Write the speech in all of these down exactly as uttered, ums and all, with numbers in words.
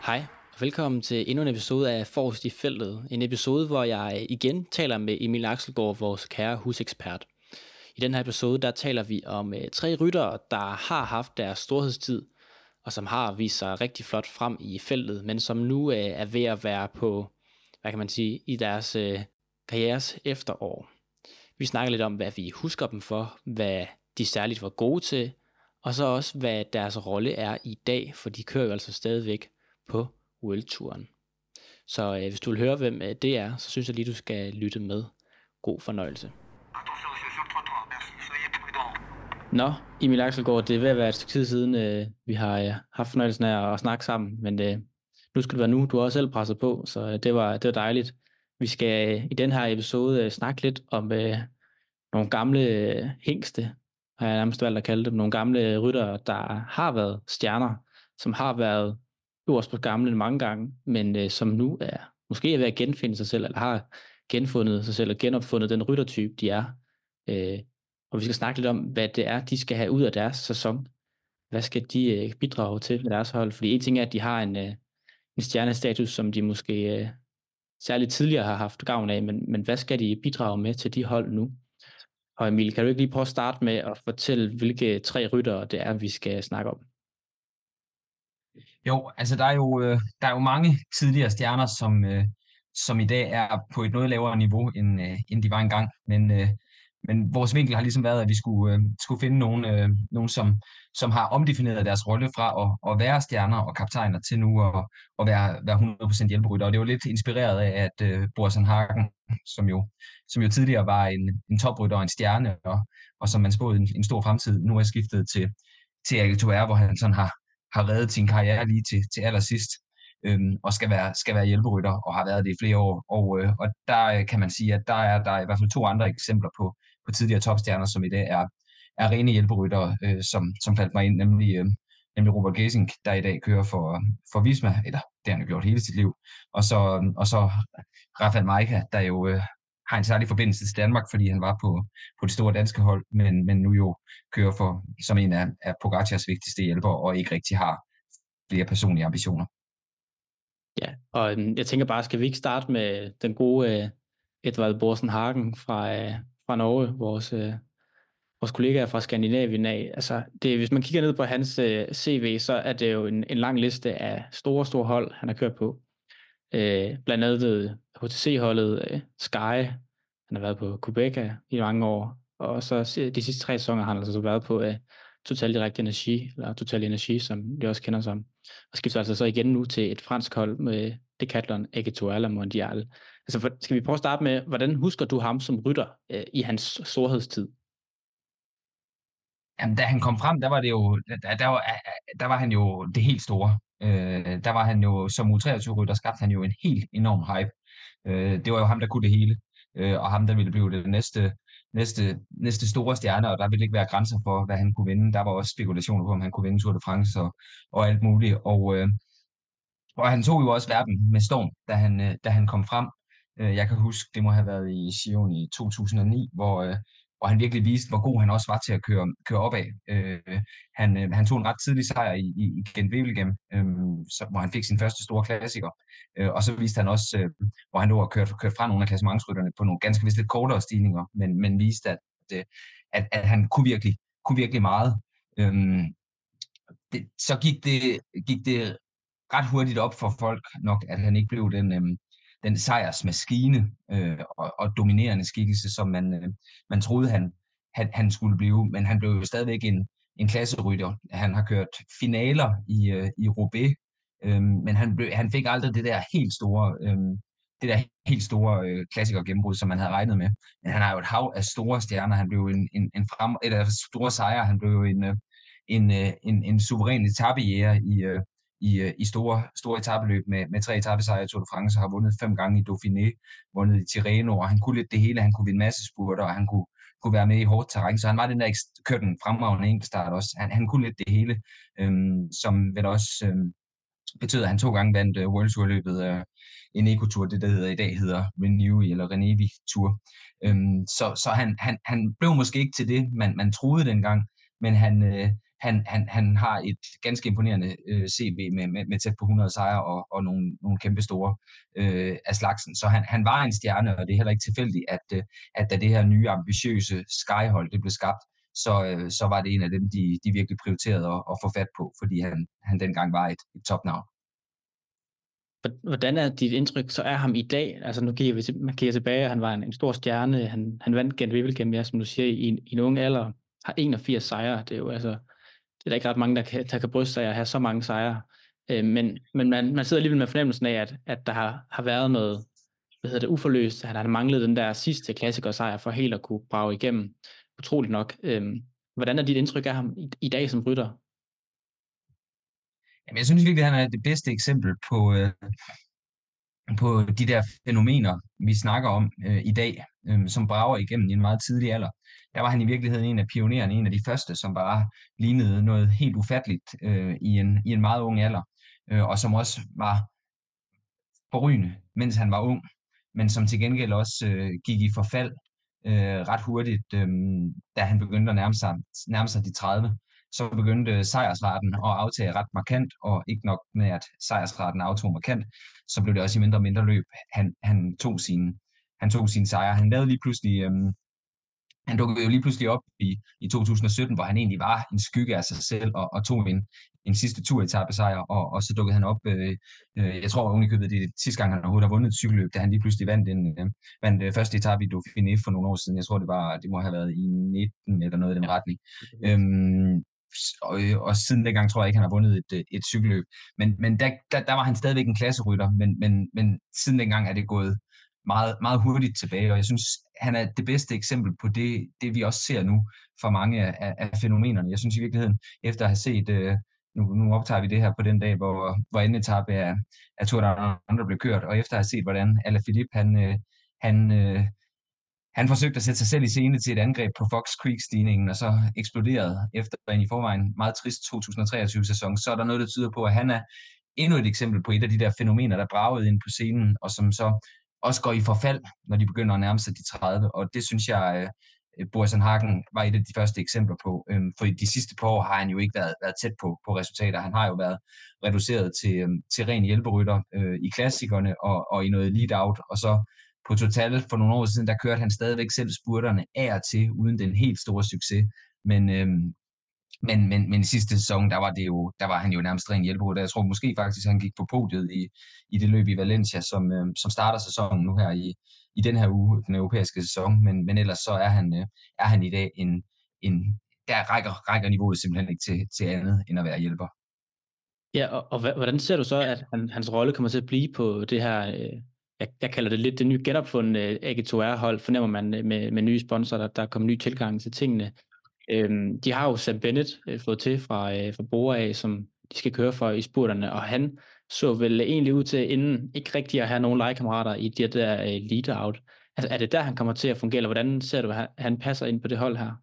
Hej, og velkommen til endnu en episode af Forrest i feltet. En episode, hvor jeg igen taler med Emil Axelgaard, vores kære husekspert. I den her episode, der taler vi om øh, tre ryttere, der har haft deres storhedstid, og som har vist sig rigtig flot frem i feltet, men som nu øh, er ved at være på, hvad kan man sige, i deres øh, karrieres efterår. Vi snakker lidt om, hvad vi husker dem for, hvad de særligt var gode til, og så også, hvad deres rolle er i dag, for de kører jo altså stadigvæk på World-touren. Så øh, hvis du vil høre, hvem øh, det er, så synes jeg lige, du skal lytte med. God fornøjelse. Nå, Emil Axelgaard, det er ved at være et stykke tid siden, øh, vi har øh, haft fornøjelsen af at snakke sammen, men øh, nu skal det være nu. Du har også selv presset på, så øh, det, var, det var dejligt. Vi skal øh, i den her episode øh, snakke lidt om øh, nogle gamle øh, hængste, har jeg nærmest valgt at kalde dem, nogle gamle ryttere, der har været stjerner, som har været øverst på gamle mange gange, men øh, som nu er måske er ved at genfinde sig selv, eller har genfundet sig selv og genopfundet den ryttertype, de er. Øh, og vi skal snakke lidt om, hvad det er, de skal have ud af deres sæson. Hvad skal de øh, bidrage til med deres hold? Fordi en ting er, at de har en, øh, en stjernestatus, som de måske øh, særligt tidligere har haft gavn af, men, men hvad skal de bidrage med til de hold nu? Og Emil, kan du ikke lige prøve at starte med at fortælle, hvilke tre ryttere det er, vi skal snakke om? Jo, altså der er jo, øh, der er jo mange tidligere stjerner, som, øh, som i dag er på et noget lavere niveau, end, øh, end de var engang. Men, øh, men vores vinkel har ligesom været, at vi skulle, øh, skulle finde nogen, øh, nogen som, som har omdefineret deres rolle fra at, at være stjerner og kaptajner til nu at, at være, være hundrede procent hjælperytter. Og det var lidt inspireret af, at øh, Boasson Hagen, som jo, som jo tidligere var en, en toprytter og en stjerne, og, og som man spåede en, en stor fremtid, nu er skiftet til, til A G to R, hvor han sådan har har reddet sin karriere lige til, til allersidst, øhm, og skal være, skal være hjælperytter, og har været det i flere år. Og, øh, og der kan man sige, at der er, der er i hvert fald to andre eksempler på, på tidligere topstjerner, som i dag er, er rene hjælperytter, øh, som, som faldt mig ind, nemlig, øh, nemlig Robert Gesink, der i dag kører for, for Visma, eller det har han jo gjort hele sit liv, og så, og så Rafael Majka, der jo øh, har en særlig forbindelse til Danmark, fordi han var på, på det store danske hold, men, men nu jo kører for, som en af, af Pogacars vigtigste hjælpere, og ikke rigtig har flere personlige ambitioner. Ja, og øhm, jeg tænker bare, skal vi ikke starte med den gode øh, Edvald Boasson Hagen fra, øh, fra Norge, vores, øh, vores kollega fra Skandinavien af. Altså, det, hvis man kigger ned på hans øh, C V, så er det jo en, en lang liste af store, store hold, han har kørt på. Øh, blandt andet H T C-holdet øh, Sky, han har været på Quebec i mange år, og så de sidste tre sæsoner har han altså været på øh, Total Direct Energy, eller Total Energy, som de også kender som, og skifter altså så igen nu til et fransk hold med Decathlon, A G to R eller Mondial. Altså, for, skal vi prøve at starte med, hvordan husker du ham som rytter øh, i hans storhedstid? Jamen, da han kom frem, der var det jo, der, der, var, der var han jo det helt store. Øh, der var han jo, som U treogtyve-rytter, skabte han jo en helt enorm hype. Øh, det var jo ham, der kunne det hele, øh, og ham, der ville blive det næste, næste, næste store stjerne, og der ville ikke være grænser for, hvad han kunne vinde. Der var også spekulationer på, om han kunne vinde Tour de France og, og alt muligt. Og, øh, og han tog jo også verden med storm, da han, øh, da han kom frem. Øh, jeg kan huske, det må have været i Sion i to tusind og ni, hvor, øh, hvor han virkelig viste, hvor god han også var til at køre, køre opad. Øh, han, øh, han tog en ret tidlig sejr i, i, i Gent-Wevelgem, øh, så, hvor han fik sin første store klassiker. Øh, og så viste han også, øh, hvor han lå og kørte, kørte fra nogle af klassementsrytterne på nogle ganske vist lidt kortere stigninger, men, men viste, at, at, at han kunne virkelig, kunne virkelig meget. Øh, det, så gik det, gik det ret hurtigt op for folk nok, at han ikke blev den, øh, den sejrsmaskine øh, og, og dominerende skikkelse, som man, øh, man troede, han, han, han skulle blive. Men han blev jo stadigvæk en, en klasserytter. Han har kørt finaler i, øh, i Roubaix, øh, men han, blev, han fik aldrig det der helt store, øh, det der helt store øh, klassikergennembrud, som man havde regnet med. Men han har jo et hav af store stjerner. Han blev en, en, en frem, eller store sejre. Han blev jo en, øh, en, øh, en, en suveræn etapejæger i, øh, i, i store, store etabeløb med, med tre etapesejre i Tour de France, har vundet fem gange i Dauphiné, vundet i Tirreno, og han kunne lidt det hele. Han kunne vinde masse spurter, og han kunne, kunne være med i hårdt terræn. Så han var den der, kørte en fremragende enkeltstart også. Han, han kunne lidt det hele, øhm, som vel også øhm, betød, at han to gange vandt uh, World Tour-løbet af uh, en Eco-tour, det der hedder i dag hedder Renew eller Renewi Tour. Øhm, så så han, han, han blev måske ikke til det, man, man troede dengang, men han, øh, han, han, han har et ganske imponerende øh, C V med, med, med tæt på hundrede sejre og, og nogle, nogle kæmpe store øh, af slagsen. Så han, han var en stjerne, og det er heller ikke tilfældigt, at, øh, at da det her nye, ambitiøse Sky-hold det blev skabt, så, øh, så var det en af dem, de, de virkelig prioriterede at, at få fat på, fordi han, han dengang var et, et topnavn. Hvordan er dit indtryk så er ham i dag? Altså nu kigger vi til, man kigger tilbage, og han var en, en stor stjerne. Han, han vandt Gent Wevelgem, ja, som du siger, i en, i en ung alder. Har enogfirs sejre. Det er jo altså, det er der ikke ret mange, der kan, der kan bryste sig af at have så mange sejre. Øh, men men man, man sidder alligevel med fornemmelsen af, at, at der har, har været noget, hvad hedder det, uforløst. Han har manglet den der sidste klassikersejr for helt at kunne brage igennem. Utroligt nok. Øh, hvordan er dit indtryk af ham i, i dag som rytter? Jamen, jeg synes virkelig, at han er det bedste eksempel på, øh, på de der fænomener, vi snakker om øh, i dag, øh, som brager igennem i en meget tidlig alder. Der var han i virkeligheden en af pionererne, en af de første, som bare lignede noget helt ufatteligt øh, i, en, i en meget ung alder, øh, og som også var forrygende, mens han var ung, men som til gengæld også øh, gik i forfald øh, ret hurtigt, øh, da han begyndte at nærme sig, nærme sig de tredive. Så begyndte sejrsraten at aftage ret markant, og ikke nok med, at sejrsraten aftog markant, så blev det også i mindre og mindre løb. Han, han, tog sine, han tog sine sejre. Han lavede lige pludselig... Øh, Han dukkede jo lige pludselig op i, i to tusind og sytten, hvor han egentlig var en skygge af sig selv og, og tog en, en sidste tur-etappesejr, og, og så dukkede han op, øh, øh, jeg tror ovenikøbet, det er sidste gang, han overhovedet har vundet et cykelløb, da han lige pludselig vandt, en, øh, vandt øh, første etape i Dauphiné for nogle år siden. Jeg tror, det var, det må have været i nitten eller noget i den retning. Øhm, og, og siden dengang tror jeg ikke, han har vundet et, et cykelløb. Men, men der, der, der var han stadigvæk en klasserytter, men, men, men siden dengang er det gået meget, meget hurtigt tilbage, og jeg synes, han er det bedste eksempel på det, det vi også ser nu for mange af, af fænomenerne. Jeg synes i virkeligheden, efter at have set, øh, nu, nu optager vi det her på den dag, hvor, hvor anden etape af, af Tour de France blev kørt, og efter at have set, hvordan Alaphilippe, han, øh, han, øh, han forsøgte at sætte sig selv i scene til et angreb på Fox Creek-stigningen, og så eksploderede efter en i forvejen meget trist to tusind og treogtyve-sæson, så er der noget, der tyder på, at han er endnu et eksempel på et af de der fænomener, der bragede ind på scenen, og som så også går i forfald, når de begynder at nærme sig de tredive, og det synes jeg, uh, Boasson Hagen var et af de første eksempler på, um, for i de sidste par år har han jo ikke været, været tæt på, på resultater. Han har jo været reduceret til, um, til ren hjælperytter uh, i klassikerne og, og i noget lead-out, og så på Total for nogle år siden, der kørte han stadigvæk selv spurterne af og til, uden den helt store succes, men um, Men, men, men i sidste sæson, der var, det jo, der var han jo nærmest ren hjælperytter. Jeg tror måske faktisk, at han gik på podiet i, i det løb i Valencia, som, øh, som starter sæsonen nu her i, i den her uge, den europæiske sæson. Men, men ellers så er han, øh, er han i dag en, en der rækker, rækker niveauet simpelthen ikke til, til andet end at være hjælper. Ja, og, og hvordan ser du så, at han, hans rolle kommer til at blive på det her, øh, jeg, jeg kalder det lidt det nye genopfundne A G to R-hold, fornemmer man med, med nye sponsorer, der, der er kommet ny tilgang til tingene. Øhm, de har jo Sam Bennett øh, fået til fra, øh, fra Bora af, som de skal køre for i spurterne, og han så vel egentlig ud til inden ikke rigtig at have nogen legekammerater i de der øh, lead-out. Altså, er det der, han kommer til at fungere, eller hvordan ser du, at han passer ind på det hold her?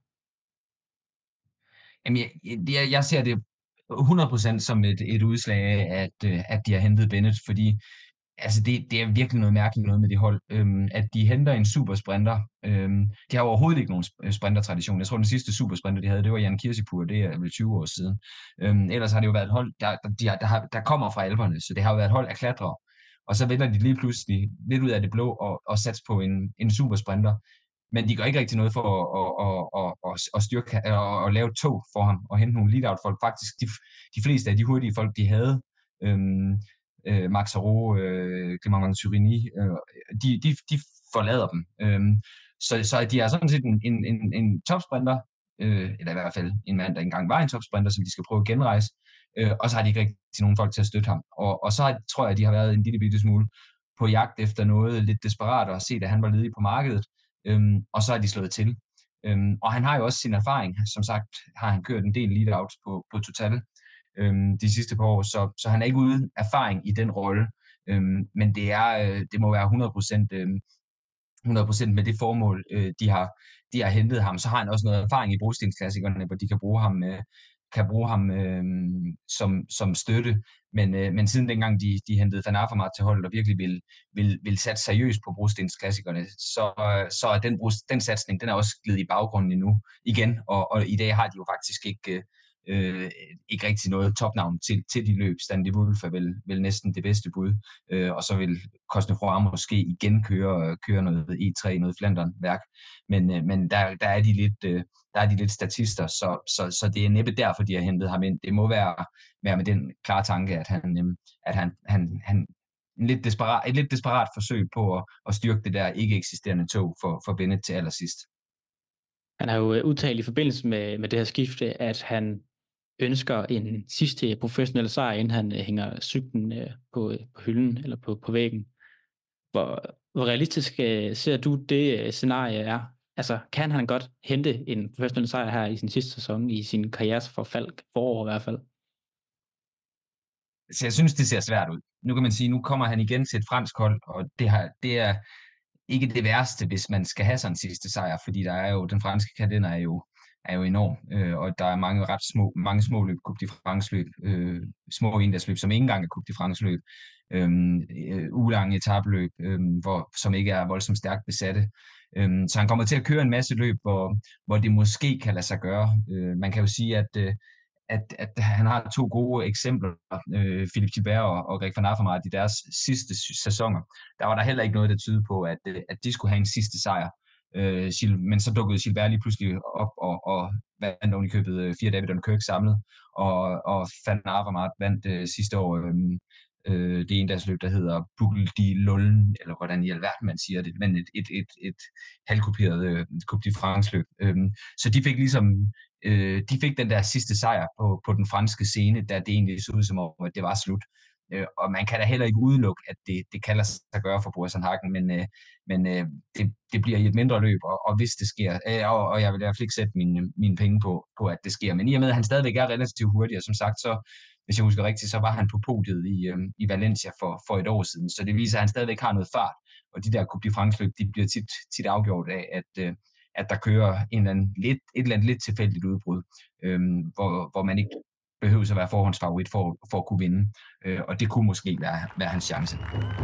Jamen, jeg, jeg, jeg ser det hundrede procent som et, et udslag af, at, at de har hentet Bennett, fordi altså det, det er virkelig noget mærkeligt noget med det hold, øhm, at de henter en supersprinter. Øhm, de har overhovedet ikke nogen sprintertradition. Jeg tror, den sidste supersprinter, de havde, det var Jan Kirsipur, det er vel tyve år siden. Øhm, ellers har det jo været et hold, der, de har, der, har, der kommer fra Alperne, så det har jo været et hold af klatrere. Og så vender de lige pludselig lidt ud af det blå og, og satser på en, en supersprinter. Men de gør ikke rigtig noget for at, at, at, at, at styrke og at lave et tog for ham og hente nogle lead-out-folk. Faktisk de, de fleste af de hurtige folk, de havde, øhm, øh, Max Haro, øh, Clément Turini, øh, de, de, de forlader dem. Øhm, så, så de er sådan set en, en, en, en topsprinter, øh, eller i hvert fald en mand, der engang var en topsprinter, som de skal prøve at genrejse, øh, og så har de ikke rigtig nogen folk til at støtte ham. Og, og så tror jeg, at de har været en lille bitte smule på jagt efter noget lidt desperat, og set, at han var ledig på markedet, øhm, og så er de slået til. Øhm, og han har jo også sin erfaring. Som sagt har han kørt en del lead-out på, på Total øhm, de sidste par år, så, så han er ikke uden erfaring i den rolle. Øhm, men det, er, øh, det må være hundrede procent, øh, hundrede procent med det formål, øh, de, har, de har hentet ham. Så har han også noget erfaring i brostensklassikerne, hvor de kan bruge ham, øh, kan bruge ham øh, som, som støtte. Men, øh, men siden dengang de, de hentede Van Avermaet til holdet og virkelig vil, vil, vil satse seriøst på brostensklassikerne, så, så er den, den satsning, den er også glidet i baggrunden endnu igen, og, og i dag har de jo faktisk ikke øh, ikke rigtig noget topnavn til, til de løb. Stan de Wulf er vel, vel næsten det bedste bud, øh, og så vil Cosnefroid måske igen køre, køre noget E tre, noget Flandern-værk, men, øh, men der, der, er de lidt, øh, der er de lidt statister, så, så, så det er næppe derfor, de har hentet ham ind. Det må være, være med den klare tanke, at han, øh, at han, han, han en lidt desperat, et lidt desperat forsøg på at, at styrke det der ikke eksisterende tog for, for Bennett til allersidst. Han har jo øh, udtalt i forbindelse med, med det her skifte, at han ønsker en sidste professionel sejr, inden han øh, hænger cyklen øh, på, øh, på hylden eller på, på væggen. Hvor, hvor realistisk øh, ser du det øh, scenarie er? Altså, kan han godt hente en professionel sejr her i sin sidste sæson, i sin karrieres forfald, forår i hvert fald? Så jeg synes, det ser svært ud. Nu kan man sige, nu kommer han igen til et fransk hold, og det, har, det er ikke det værste, hvis man skal have sådan en sidste sejr, fordi der er jo, den franske kalender er jo, er jo enorm, øh, og der er mange ret små, mange små løb, Coupe de France løb, øh, små endagsløb, som ikke engang er Coupe de France løb, øh, øh, ulange etabløb, øh, hvor, som ikke er voldsomt stærkt besatte. Øh, så han kommer til at køre en masse løb, hvor, hvor det måske kan lade sig gøre. Øh, man kan jo sige, at øh, At, at han har to gode eksempler, øh, Philippe Gilbert og, og Greg van Avermaet i deres sidste sæsoner. Der var der heller ikke noget, der tyder på, at, at de skulle have en sidste sejr. Øh, men så dukkede Gilbert lige pludselig op og, og vandt oven i købet fire David Dunkirk samlet, og, og Van Avermaet vandt øh, sidste år øh, øh, det endagsløb, der hedder Boucle de Lullen, eller hvordan i alverden man siger det, men et, et, et, et halvkopieret øh, Coupe de France løb. Øh, så de fik ligesom Øh, de fik den der sidste sejr på, på den franske scene, da det egentlig så ud som om, at det var slut. Øh, og man kan da heller ikke udelukke, at det, det kan lade sig gøre for Boasson Hagen, men, øh, men øh, det, det bliver i et mindre løb, og, og hvis det sker, øh, og, og jeg vil i hvert fald ikke sætte mine, mine penge på, på, at det sker, men i og med, at han stadigvæk er relativt hurtig, og som sagt, så, hvis jeg husker rigtigt, så var han på podiet i, øh, i Valencia for, for et år siden, så det viser, at han stadigvæk har noget fart, og de der Coupe de France løb, de bliver tit, tit afgjort af, at øh, at der kører en eller anden lidt, et eller andet lidt tilfældigt udbrud, øhm, hvor, hvor man ikke behøver at være forhåndsfavorit for, for at kunne vinde. Øh, og det kunne måske være, være hans chance.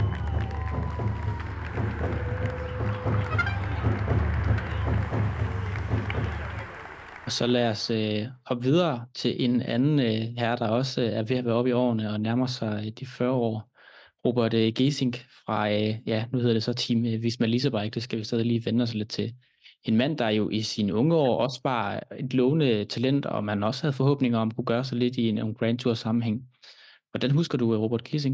Og så lad os øh, hoppe videre til en anden øh, herre, der også øh, er ved at være oppe i årene og nærmer sig øh, de fyrre år. Robert øh, Gesink fra, øh, ja, nu hedder det så Team øh, Visma Leasebike, det skal vi stadig lige vende os lidt til. En mand, der jo i sine unge år også var et lovende talent, og man også havde forhåbninger om at kunne gøre sig lidt i en, en Grand Tour sammenhæng. Hvordan husker du Robert Gesink?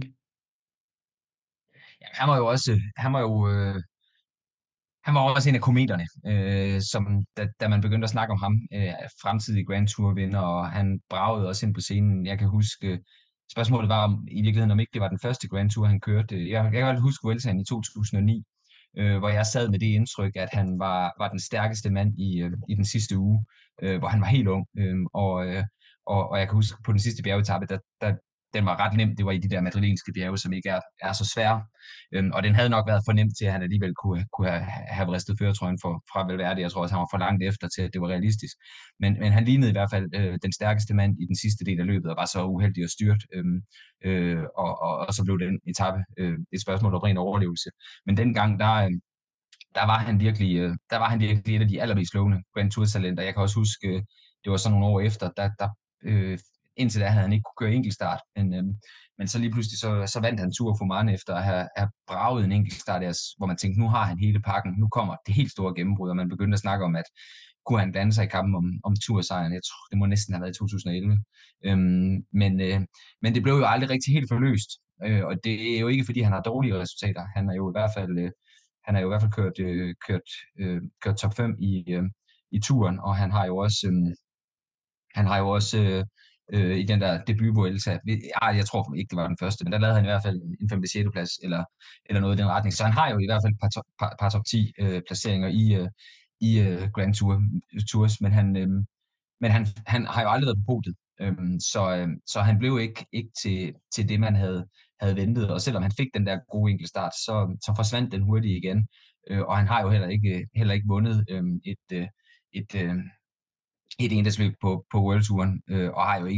Ja, han var jo også, han var jo, øh, han var også en af kometerne, øh, som, da, da man begyndte at snakke om ham, øh, fremtidig Grand Tour vinder, og han bragede også ind på scenen. Jeg kan huske, spørgsmålet var om, i virkeligheden, om ikke det var den første Grand Tour, han kørte. Jeg, jeg kan godt huske Vueltaen i to tusind og ni, øh, hvor jeg sad med det indtryk, at han var, var den stærkeste mand i, øh, i den sidste uge, øh, hvor han var helt ung. Øh, og, øh, og, og jeg kan huske, på den sidste bjergetappe, der, der, den var ret nem. Det var i de der madrilenske bjerge, som ikke er, er så svære. Øhm, og den havde nok været for nemt til, at han alligevel kunne, kunne have, have vristet førertrøjen for, fra Valverde. Jeg tror også, han var for langt efter til, at det var realistisk. Men, men han lignede i hvert fald øh, den stærkeste mand i den sidste del af løbet, og var så uheldig at styrt. Øhm, øh, og, og, og så blev den etape øh, et spørgsmål om ren overlevelse. Men dengang, der, øh, der, var han virkelig, øh, der var han virkelig et af de allermest lovende Grand Tour-talenter. Jeg kan også huske, øh, det var så nogle år efter, der, der øh, indtil da havde han ikke kunne køre enkeltstart, men, øhm, men så lige pludselig så, så vandt han Tour of Oman efter at have, have braget en enkeltstart, hvor man tænkte, nu har han hele pakken, nu kommer det helt store gennembrud, og man begyndte at snakke om, at kunne han blande sig i kampen om, om Tour-sejren. Jeg tror, det må næsten have været i to tusind og elleve. Øhm, men, øh, men det blev jo aldrig rigtig helt forløst, øh, og det er jo ikke, fordi han har dårlige resultater. Han har jo i hvert fald, øh, han har jo i hvert fald kørt, øh, kørt, øh, kørt top fem i, øh, i turen, og han har jo også, øh, han har jo også øh, øh, i den der debut Vuelta. Jeg tror ikke, det var den første, men der lavede han i hvert fald en femte sjette plads, eller, eller noget i den retning. Så han har jo i hvert fald et par, par, par top ti øh, placeringer i, øh, i øh, Grand Tour, Tours, men han, øh, men han, han har jo aldrig været på podiet. Øhm, så, øh, så han blev ikke, ikke til, til det, man havde, havde ventet, og selvom han fik den der gode enkeltstart, så, så forsvandt den hurtigt igen, øh, og han har jo heller ikke, heller ikke vundet øh, et, øh, et, øh, et endagsløb på, på World Touren, øh, og har jo ikke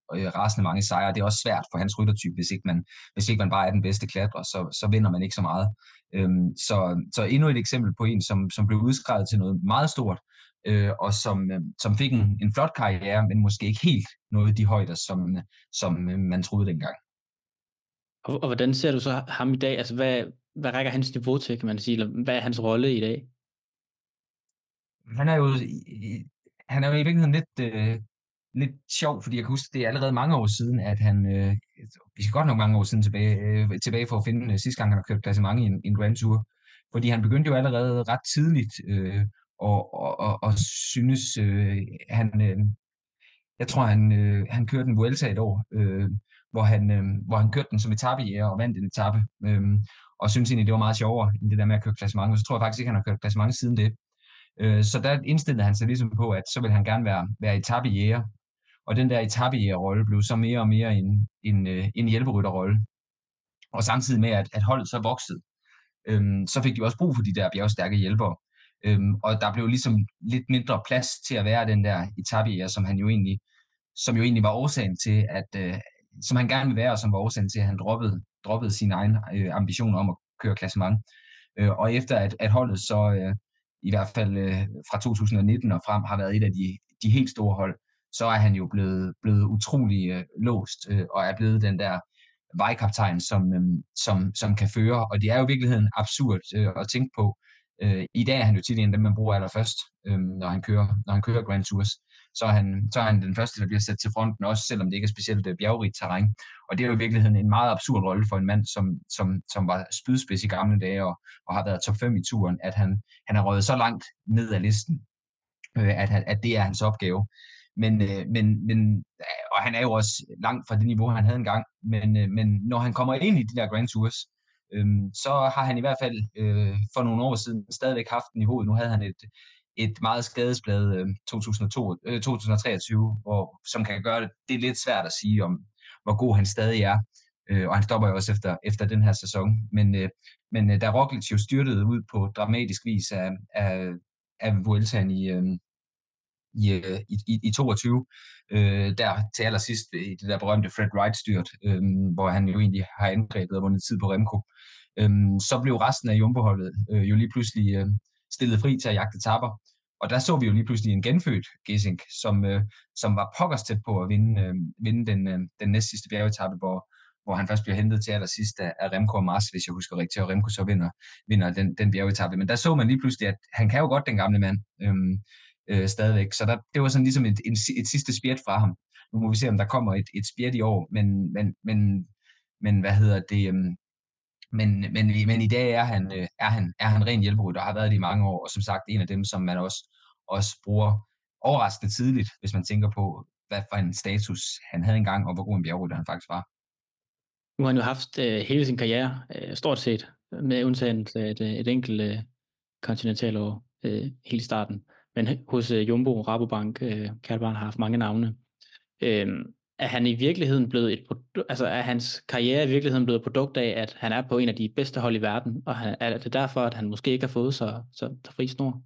øh, rasende mange sejre. Det er også svært for hans ryttertype, hvis ikke man, hvis ikke man bare er den bedste klatrer, så, så vinder man ikke så meget. Øhm, så, så endnu et eksempel på en, som, som blev udskrevet til noget meget stort, øh, og som, øh, som fik en, en flot karriere, men måske ikke helt nåede de højder, som, som øh, man troede dengang. Og, og hvordan ser du så ham i dag? Altså, hvad, hvad rækker hans niveau til, kan man sige? Eller hvad er hans rolle i dag? Han er jo, han er jo i virkeligheden lidt, øh, lidt sjov, fordi jeg kan huske, det er allerede mange år siden, at han, øh, vi skal godt nok mange år siden tilbage, øh, tilbage for at finde øh, sidste gang, han har kørt klassement i en, en Grand Tour. Fordi han begyndte jo allerede ret tidligt, øh, og, og, og, og synes, øh, han, øh, jeg tror, han, øh, han kørte en Vuelta et år, øh, hvor, han, øh, hvor han kørte den som etapejæger og vandt en etape, øh, og synes egentlig, det var meget sjovere, end det der med at køre klassement. Og så tror jeg faktisk ikke, han har kørt klassement siden det. Øh, så der indstillede han sig ligesom på, at så vil han gerne være, være etapejæger. Og den der etapejægerrolle blev så mere og mere en, en, en hjælperytterrolle. Og samtidig med, at, at holdet så voksede, øhm, så fik de også brug for de der bjergstærke hjælpere. Øhm, og der blev ligesom lidt mindre plads til at være den der etapejæger, som han jo egentlig, som jo egentlig var årsagen til, at, øh, som han gerne ville være, og som var årsagen til, at han droppede, droppede sine egne øh, ambitioner om at køre klassement. Øh, og efter at, at holdet så øh, i hvert fald øh, fra to tusind og nitten og frem har været et af de, de helt store hold, så er han jo blevet, blevet utrolig øh, låst, øh, og er blevet den der vejkaptajn, som, øh, som, som kan føre. Og det er jo i virkeligheden absurd øh, at tænke på. Øh, I dag er han jo tit en af dem, man bruger allerførst, øh, når, han kører, når han kører Grand Tours. Så er, han, så er han den første, der bliver sat til fronten, også selvom det ikke er specielt øh, bjergrigt terræn. Og det er jo i virkeligheden en meget absurd rolle for en mand, som, som, som var spydspids i gamle dage, og, og har været top fem i turen, at han, han er røget så langt ned ad listen, øh, at, at det er hans opgave. Men, øh, men, men, og han er jo også langt fra det niveau, han havde engang. Men, øh, men når han kommer ind i de der Grand Tours, øh, så har han i hvert fald øh, for nogle år siden stadigvæk haft niveauet. Nu havde han et, et meget skadesblad øh, to tusind og to, øh, to tusind og treogtyve, hvor, som kan gøre det. Det er lidt svært at sige, om hvor god han stadig er. Øh, og han stopper jo også efter, efter den her sæson. Men, øh, men øh, da Roglic jo styrtede ud på dramatisk vis af, af, af Vueltaen i... Øh, i, i, i toogtyve, øh, der til allersidst i det der berømte Fred Wright-styrt, øh, hvor han jo egentlig har angrebet og vundet tid på Remco. Øh, så blev resten af Jumbo-holdet øh, jo lige pludselig øh, stillet fri til at jagte etapper. Og der så vi jo lige pludselig en genfødt Gesink, som, øh, som var pokkers tæt på at vinde, øh, vinde den, øh, den næst sidste bjergetappe, hvor, hvor han først bliver hentet til allersidst af, af Remco og Mars, hvis jeg husker rigtigt, og Remco så vinder, vinder den, den bjergetappe. Men der så man lige pludselig, at han kan jo godt, den gamle mand. Øh, Øh, stadigvæk. Så der, det var sådan ligesom et, et, et sidste spjæt fra ham. Nu må vi se, om der kommer et, et spjæt i år, men, men, men, men hvad hedder det? Um, men, men, men i dag er han, øh, er han, er han ren hjælperytter og har været det i mange år, og som sagt en af dem, som man også, også bruger overraskende tidligt, hvis man tænker på, hvad for en status han havde engang, og hvor god en bjergrytter han faktisk var. Nu har han jo haft øh, hele sin karriere, øh, stort set, med undtagelse af et, et enkelt øh, kontinentalår øh, helt i starten. Men hos øh, Jumbo, Rabobank, øh, Kjærbarn har haft mange navne. Øh, er han i virkeligheden blevet et produ- altså er hans karriere i virkeligheden blevet et produkt af, at han er på en af de bedste hold i verden, og han, er det derfor, at han måske ikke har fået så, så, så fri snor?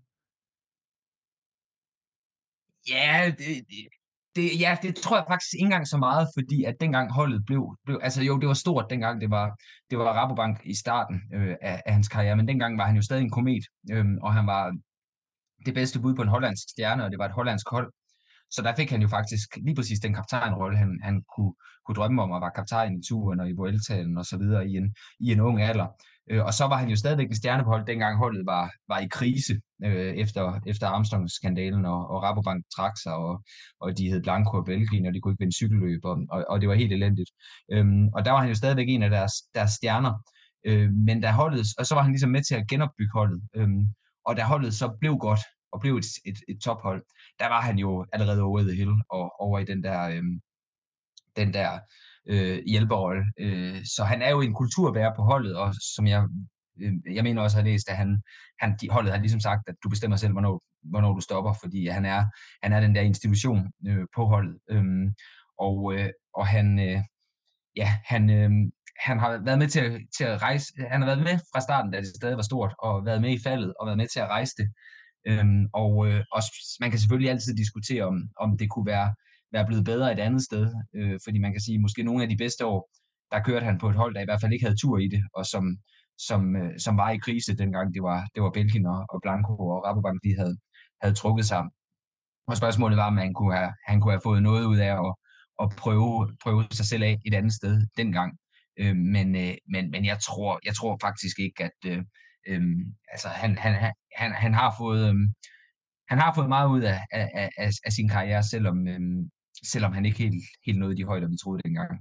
Ja, det, det, det, ja, det tror jeg faktisk ikke engang så meget, fordi at dengang holdet blev, blev altså jo, det var stort dengang, det var, det var Rabobank i starten øh, af, af hans karriere, men dengang var han jo stadig en komet, øh, og han var det bedste bud på en hollandsk stjerne, og det var et hollandsk hold. Så der fik han jo faktisk lige præcis den kaptajnrolle, han, han kunne, kunne drømme om, at var kaptajn i turen og i Vueltaen og så videre i en, i en ung alder. Øh, og så var han jo stadigvæk en stjerne på hold, dengang holdet var, var i krise øh, efter, efter Armstrong-skandalen, og, og Rabobank trak sig, og, og de hed Blanco og Belgien, og de kunne ikke vinde cykelløb, og, og, og det var helt elendigt. Øhm, og der var han jo stadigvæk en af deres, deres stjerner. Øh, men da holdet, og så var han ligesom med til at genopbygge holdet. Øhm, og da holdet så blev godt, og blev et, et, et tophold, der var han jo allerede over the hill, og over i den der, øh, den der øh, hjælperrolle. Øh, så han er jo en kulturbærer på holdet, og som jeg, øh, jeg mener også har læst, at han, han, de, holdet har ligesom sagt, at du bestemmer selv, hvornår, hvornår du stopper, fordi han er, han er den der institution øh, på holdet. Øh, og, øh, og han, øh, ja, han, øh, han har været med til at, til at rejse, han har været med fra starten, da det stadig var stort, og været med i faldet, og været med til at rejse det. Øhm, og, øh, og man kan selvfølgelig altid diskutere, om, om det kunne være være blevet bedre et andet sted. Øh, fordi man kan sige, måske nogle af de bedste år, der kørte han på et hold, der i hvert fald ikke havde tur i det, og som, som, øh, som var i krise dengang. Det var, det var Belgien og, og Blanco og Rabobank, de havde, havde trukket sig. Og spørgsmålet var, om han kunne have, han kunne have fået noget ud af at, at prøve, prøve sig selv af et andet sted dengang. Øh, men, øh, men, men jeg tror, jeg tror faktisk ikke, at øh, øh, altså han, han, han, han har fået øh, han har fået meget ud af, af, af, af sin karriere, selvom, øh, selvom han ikke helt, helt nåede de højder, vi troede dengang.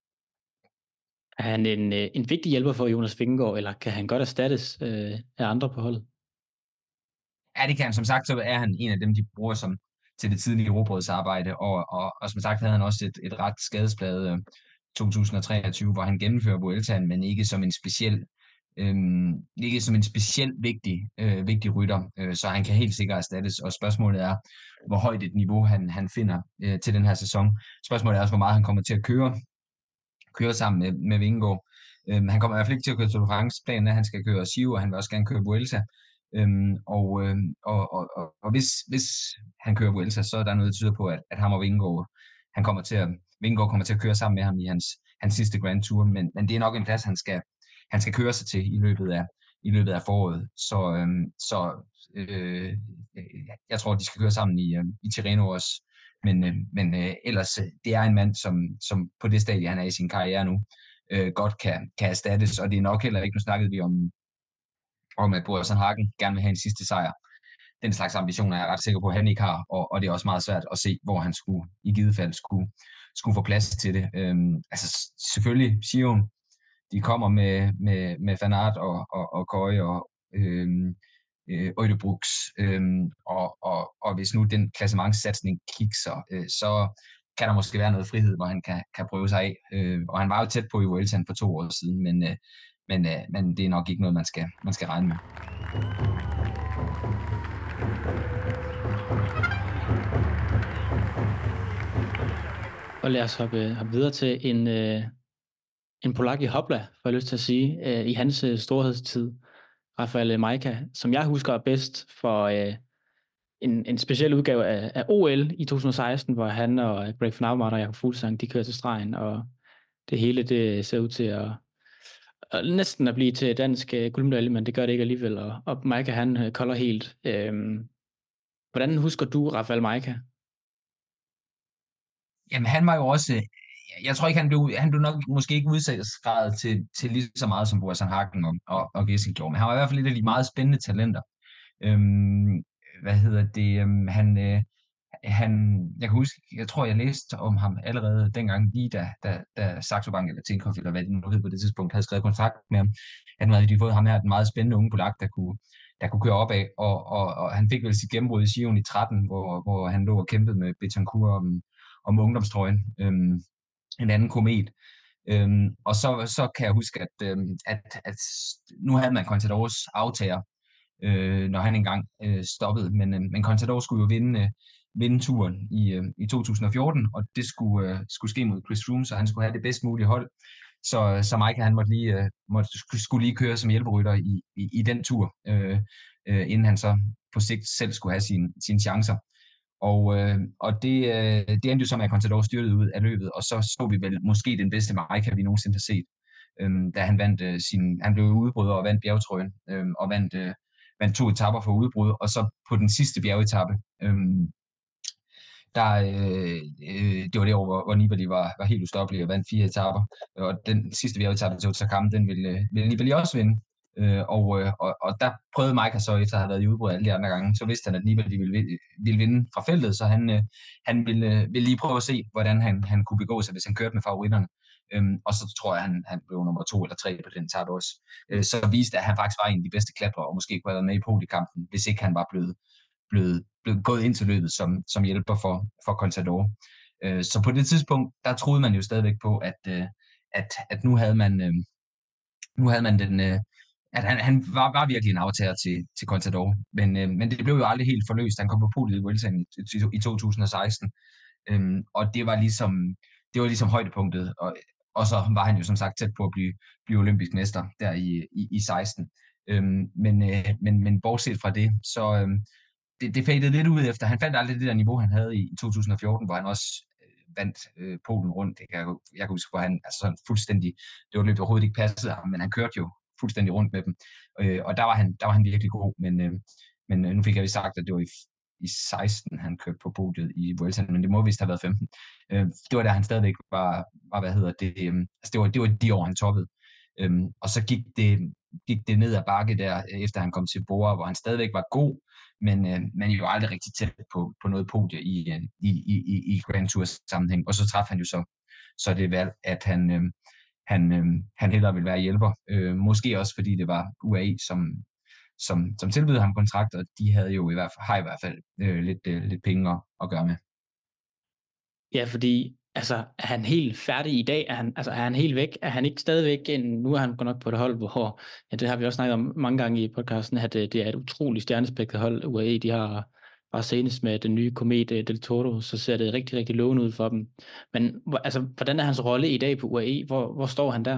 Er han en, øh, en vigtig hjælper for Jonas Vingegaard, eller kan han godt erstattes øh, af andre på holdet? Ja, det kan han. Som sagt, så er han en af dem, de bruger som til det tidlige robrødsarbejde, og, og, og som sagt havde han også et, et ret skadespladet øh, to tusind og treogtyve, hvor han gennemfører Vueltaen, men ikke som en speciel øhm, ikke som en specielt vigtig, øh, vigtig rytter, øh, så han kan helt sikkert erstattes, og spørgsmålet er, hvor højt et niveau han, han finder øh, til den her sæson. Spørgsmålet er også, hvor meget han kommer til at køre, køre sammen med, med Vingegaard. Øhm, han kommer i hvert fald ikke til at køre Tour de France. Planen er, at han skal køre Giro, og han vil også gerne køre Vuelta. Øhm, og, øhm, og, og, og, og hvis, hvis han kører Vuelta, så er der noget, der tyder på, at, at ham og Vingegaard, han kommer til at, Vingegaard kommer til at køre sammen med ham i hans, hans sidste Grand Tour, men, men det er nok en plads, han skal, han skal køre sig til i løbet af, i løbet af foråret. Så, øhm, så øh, jeg tror, de skal køre sammen i, øh, i Tirreno også. Men, øh, men øh, ellers, det er en mand, som, som på det stadie, han er i sin karriere nu, øh, godt kan, kan erstattes, og det er nok heller ikke, nu snakkede vi om, om at Boasson Hagen gerne vil have en sidste sejr. Den slags ambitioner er jeg ret sikker på, at han ikke har, og, og det er også meget svært at se, hvor han skulle i givet fald skulle, skulle få plads til det. Øhm, altså selvfølgelig, Sion, de kommer med, med, med Van Aert og, og, og Køje og øhm, øh, Øydebrooks, øhm, og, og, og hvis nu den klassementssatsning kikser, øh, så kan der måske være noget frihed, hvor han kan, kan prøve sig af. Øh, og han var jo tæt på i Vueltaen for to år siden, men, øh, men, øh, men det er nok ikke noget, man skal, man skal regne med. Og lad os hoppe, hoppe videre til en, øh, en polak i Hopla, får jeg lyst til at sige, øh, i hans øh, storhedstid. Rafael Majka, som jeg husker bedst for øh, en, en speciel udgave af, af O L i to tusind og seksten, hvor han og Greg van Avermaet og Jakob Fuglsang, de kører til stregen, og det hele det ser ud til at, at næsten at blive til dansk øh, guldmedalje, men det gør det ikke alligevel, og, og Majka han øh, kolder helt. Øhm, hvordan husker du Rafael Majka? Jamen han var jo også, jeg tror ikke, han blev, han blev nok måske ikke udsættet til, til lige så meget som Boasson Hagen og, og, og Gesing gjorde, men han var i hvert fald et af de meget spændende talenter. Øhm, hvad hedder det, øhm, han, øh, han, jeg kan huske, jeg tror, jeg læste om ham allerede dengang, lige da, da, da Saxo Bank eller Tinkoff, eller hvad det nu hed på det tidspunkt, havde skrevet kontrakt med ham. Han havde de fået ham her, den meget spændende unge polak, der kunne, der kunne køre opad, og, og, og han fik vel sit gennembrud i Giroen i tretten, hvor, hvor han lå og kæmpede med Betancourt om, om ungdomstrøjen, øhm, en anden komet. Øhm, og så, så kan jeg huske, at, øhm, at, at nu havde man Contadors aftager, øh, når han engang øh, stoppede, men, øh, men Contador skulle jo vinde, øh, vinde turen i, øh, i to tusind og fjorten, og det skulle, øh, skulle ske mod Chris Froome, så han skulle have det bedst mulige hold. Så, så Majka, han måtte lige, øh, måtte, skulle lige køre som hjælperytter i, i, i den tur, øh, øh, inden han så på sigt selv skulle have sine, sine chancer. Og, øh, og det, øh, det endte jo så med, at Contador styrtede ud af løbet, og så så vi vel måske den bedste Majka, vi nogensinde har set, øh, da han vandt øh, sin, han blev udbryder og vandt bjergetrøjen, øh, og vandt, øh, vandt to etapper for udbrud, og så på den sidste bjergetappe, øh, der, øh, øh, det var det år, hvor, hvor Nibali var, var helt ustoppelig og vandt fire etapper, og den sidste bjergetappe til Otakam, den ville, ville Nibali også vinde. Øh, og, og, og der prøvede Majka så, efter at have været i udbrud alle de andre gange, så vidste han, at Nibali ville, ville vinde fra feltet, så han, øh, han ville, ville lige prøve at se, hvordan han, han kunne begå sig, hvis han kørte med favoritterne. Øhm, og så tror jeg, at han, han blev nummer to eller tre på den etape også. Øh, så viste, at han faktisk var en af de bedste klatrere, og måske kunne have været med i podiekampen, hvis ikke han var blevet, blevet, blevet gået ind til løbet som, som hjælper for, for Contador. Øh, så på det tidspunkt, der troede man jo stadigvæk på, at, øh, at, at nu havde man, øh, nu havde man den... Øh, at han, han var, var virkelig en aftager til, til Contador, men, øh, men det blev jo aldrig helt forløst. Han kom på podiet i Vueltaen i, i, i to tusind og seksten, øhm, og det var ligesom det var ligesom højdepunktet, og, og så var han jo som sagt tæt på at blive, blive olympisk mester der i, i, i seksten. Øhm, men, øh, men, men bortset fra det, så øh, det, det fadede lidt ud efter. Han fandt aldrig det der niveau, han havde i, i to tusind og fjorten, hvor han også vandt øh, Polen rundt. Det kan jeg, jeg kan huske, hvor han altså sådan fuldstændig, det var et løb, der overhovedet ikke passede ham, men han kørte jo fuldstændig rundt med dem. Øh, og der var, han, der var han virkelig god, men, øh, men nu fik jeg vist sagt, at det var i, i seksten, han kørte på podiet i Vueltaen, men det må vist have været femten. Øh, det var der, han stadigvæk var, var hvad hedder det, øh, altså det var, det var de år, han toppede. Øhm, og så gik det, gik det ned ad bakke der, efter han kom til Bora, hvor han stadigvæk var god, men, øh, men jo aldrig rigtig tæt på, på noget podie i, i, i, i Grand Tours sammenhæng. Og så traf han jo så, så det valg, at han, øh, han, øh, han hellere ville være hjælper. Øh, måske også fordi det var U A E, som, som, som tilbød ham kontrakt, og de havde jo i hvert fald, har i hvert fald øh, lidt, øh, lidt penge at, at gøre med. Ja, fordi altså, er han helt færdig i dag? Er han, altså, er han helt væk? Er han ikke stadigvæk en... Nu er han godt nok på et hold, hvor... Ja, det har vi også snakket om mange gange i podcasten, at det, det er et utroligt stjernespækket hold. U A E, de har bare senest med den nye Komet Del Toro, så ser det rigtig, rigtig lovende ud for dem. Men altså, hvordan er hans rolle i dag på U A E? Hvor, hvor står han der?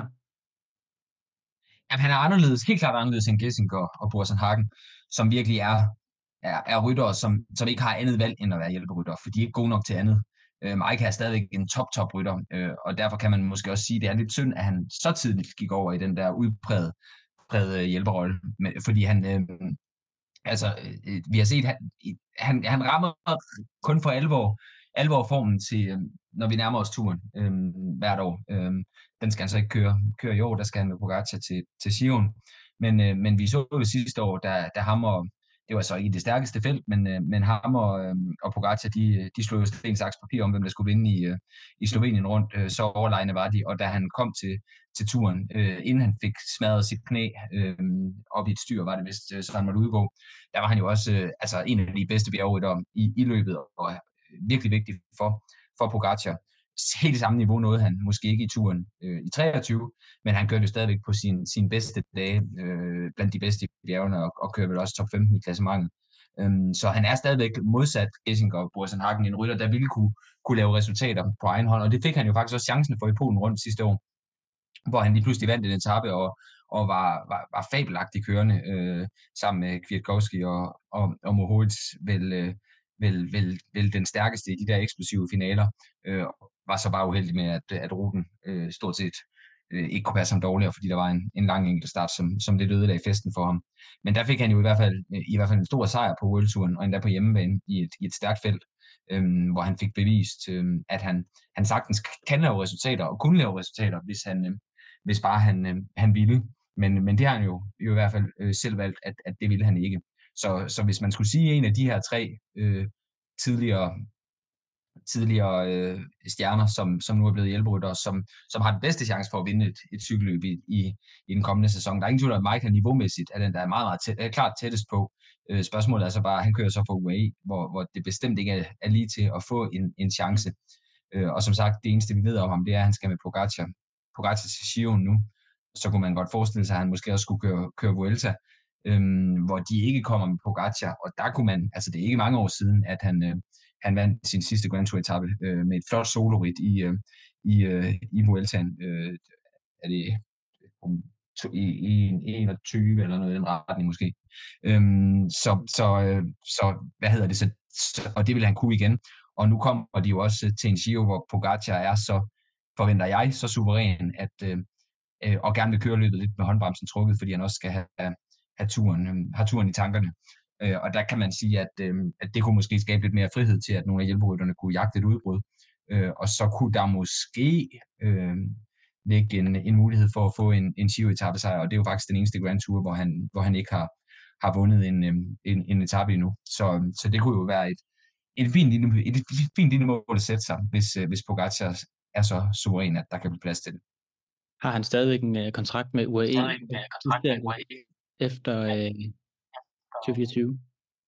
Jamen, han er anderledes, helt klart anderledes end Gessinger og Boasson Hagen, som virkelig er, er, er ryttere, som, som ikke har andet valg end at være hjælperytter, for de er ikke gode nok til andet. Øh, Mike er stadigvæk en top-top-rytter, øh, og derfor kan man måske også sige, at det er lidt synd, at han så tidligt gik over i den der udprægede prægede hjælperrolle, men, fordi han, øh, altså, øh, vi har set, han, han, han rammer kun for alvor, alvor formen til, øh, når vi nærmer os turen øh, hvert år. Øh, den skal han så ikke køre, køre i år, der skal han med Pogacar til, til Sion. Men, øh, men vi så det sidste år, der, der ham og, det var så ikke det stærkeste felt, men, øh, men ham og, øh, og Pogacar, de, de slog jo sten, saks, papir om, hvem der skulle vinde i, øh, i Slovenien rundt. Øh, så overlegne var de, og da han kom til, til turen, øh, inden han fik smadret sit knæ øh, op i et styr, var det vist, øh, så han måtte udgå, der var han jo også øh, altså en af de bedste bjergryttere i, i løbet, og virkelig vigtig for, for Pogacar. Helt i samme niveau nåede han måske ikke i turen øh, i treogtyve, men han kørte jo stadigvæk på sin, sin bedste dage, øh, blandt de bedste i bjergene, og, og kører vel også top femten i klassementet. Øhm, så han er stadigvæk modsat Gessinger og Boasson Hagen, en rytter, der ville kunne, kunne lave resultater på egen hånd, og det fik han jo faktisk også chancen for i Polen rundt sidste år, hvor han lige pludselig vandt en etape og, og var, var, var fabelagtig kørende øh, sammen med Kwiatkowski og, og, og Mohoric, vel, øh, vel, vel, vel den stærkeste i de der eksplosive finaler, øh, var så bare uheldig med, at, at ruten øh, stort set øh, ikke kunne passe ham dårligere, fordi der var en, en lang enkelt start, som, som lidt ødelagde festen for ham. Men der fik han jo i hvert fald, øh, i hvert fald en stor sejr på World Touren, og endda på hjemmebane i et, i et stærkt felt, øh, hvor han fik bevist, øh, at han, han sagtens kan lave resultater, og kunne lave resultater, hvis, han, øh, hvis bare han, øh, han ville. Men, men det har han jo, jo i hvert fald øh, selv valgt, at, at det ville han ikke. Så, så hvis man skulle sige en af de her tre øh, tidligere tidligere øh, stjerner, som, som nu er blevet hjælperyttere, som, som har den bedste chance for at vinde et, et cykelløb i, i, i den kommende sæson. Der er ingen tvivl om, at Mike er niveaumæssigt er den, der er meget, meget tæt, er klart tættest på. Øh, spørgsmålet er så bare, at han kører så for U A E, hvor, hvor det bestemt ikke er, er lige til at få en, en chance. Øh, og som sagt, det eneste, vi ved om ham, det er, at han skal med Pogacar, Pogacar til Sion nu. Så kunne man godt forestille sig, at han måske også skulle køre, køre Vuelta, øhm, hvor de ikke kommer med Pogacar. Og der kunne man, altså det er ikke mange år siden, at han... Øh, han vandt sin sidste Grand Tour etape øh, med et flot solorit i, øh, i, øh, i Vueltaen. Øh, er det um, to, i, i enogtyve eller noget i den retning måske. Øhm, så, så, øh, så, hvad hedder det så, så? Og det vil han kunne igen. Og nu kommer de jo også til en Giro, hvor Pogacar er så, forventer jeg, så suveræn, at, øh, og gerne vil køre løbet lidt med håndbremsen trukket, fordi han også skal have, have, turen, øh, have turen i tankerne. Øh, og der kan man sige, at, øh, at det kunne måske skabe lidt mere frihed til, at nogle af hjælperytterne kunne jagte et udbrud. Øh, og så kunne der måske øh, ligge en, en mulighed for at få en, en Giro-etappesejr, og det er jo faktisk den eneste Grand Tour, hvor han, hvor han ikke har, har vundet en, en, en etape endnu. Så, så det kunne jo være et, et, fint, lille, et, et fint lille mål at sætte sig, hvis, hvis Pogacar er så suveræn, at der kan blive plads til det. Har han stadigvæk en uh, kontrakt med U A E, efter uh, tyve fireogtyve?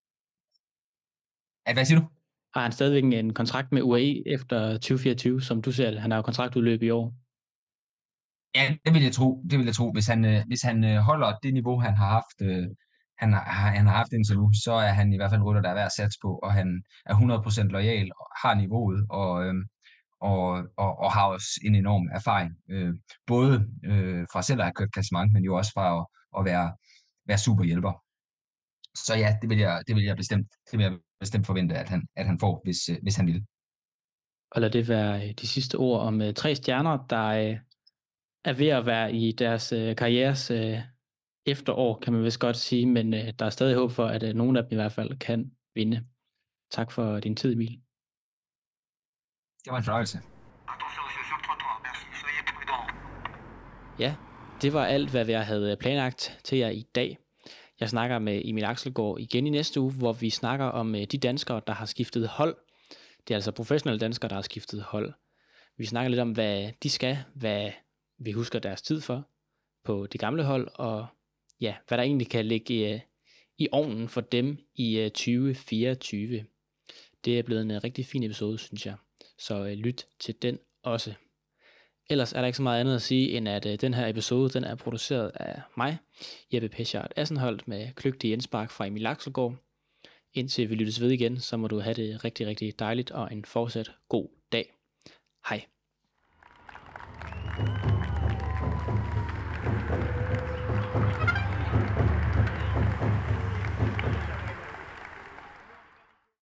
At, hvad siger du? Har han stadigvæk en kontrakt med U A E efter tyve fireogtyve, som du ser det? Han har jo kontraktudløb i år. Ja, det vil jeg tro. Det vil jeg tro. Hvis han, hvis han holder det niveau, han har haft, øh, han, har, han har haft indtil nu, så er han i hvert fald rytter, der er værd at satse på, og han er hundrede procent loyal, og har niveauet, og, øh, og, og, og har også en enorm erfaring. Øh, både øh, fra selv at have kørt klassement, men jo også fra at, at være, være superhjælper. Så ja, det vil jeg, det vil jeg bestemt, det vil jeg bestemt forvente, at han, at han får, hvis, hvis han vil. Og lad det være øh, de sidste ord om øh, tre stjerner, der øh, er ved at være i deres øh, karrieres øh, efterår, kan man vist godt sige, men øh, der er stadig håb for, at øh, nogen af dem i hvert fald kan vinde. Tak for din tid, Emil. Det var en fornøjelse. Ja, det var alt, hvad jeg havde planlagt til jer i dag. Jeg snakker med Emil Axelgaard igen i næste uge, hvor vi snakker om øh, de danskere, der har skiftet hold. Det er altså professionelle danskere, der har skiftet hold. Vi snakker lidt om, hvad de skal, hvad vi husker deres tid for på det gamle hold, og ja, hvad der egentlig kan ligge i, i ovnen for dem i tyve fireogtyve. Det er blevet en rigtig fin episode, synes jeg. Så øh, lyt til den også. Ellers er der ikke så meget andet at sige, end at øh, den her episode, den er produceret af mig, Jeppe Peschardt Assenholdt, med kløgtige indspark fra Emil Axelgaard. Indtil vi lyttes ved igen, så må du have det rigtig, rigtig dejligt og en fortsat god dag. Hej.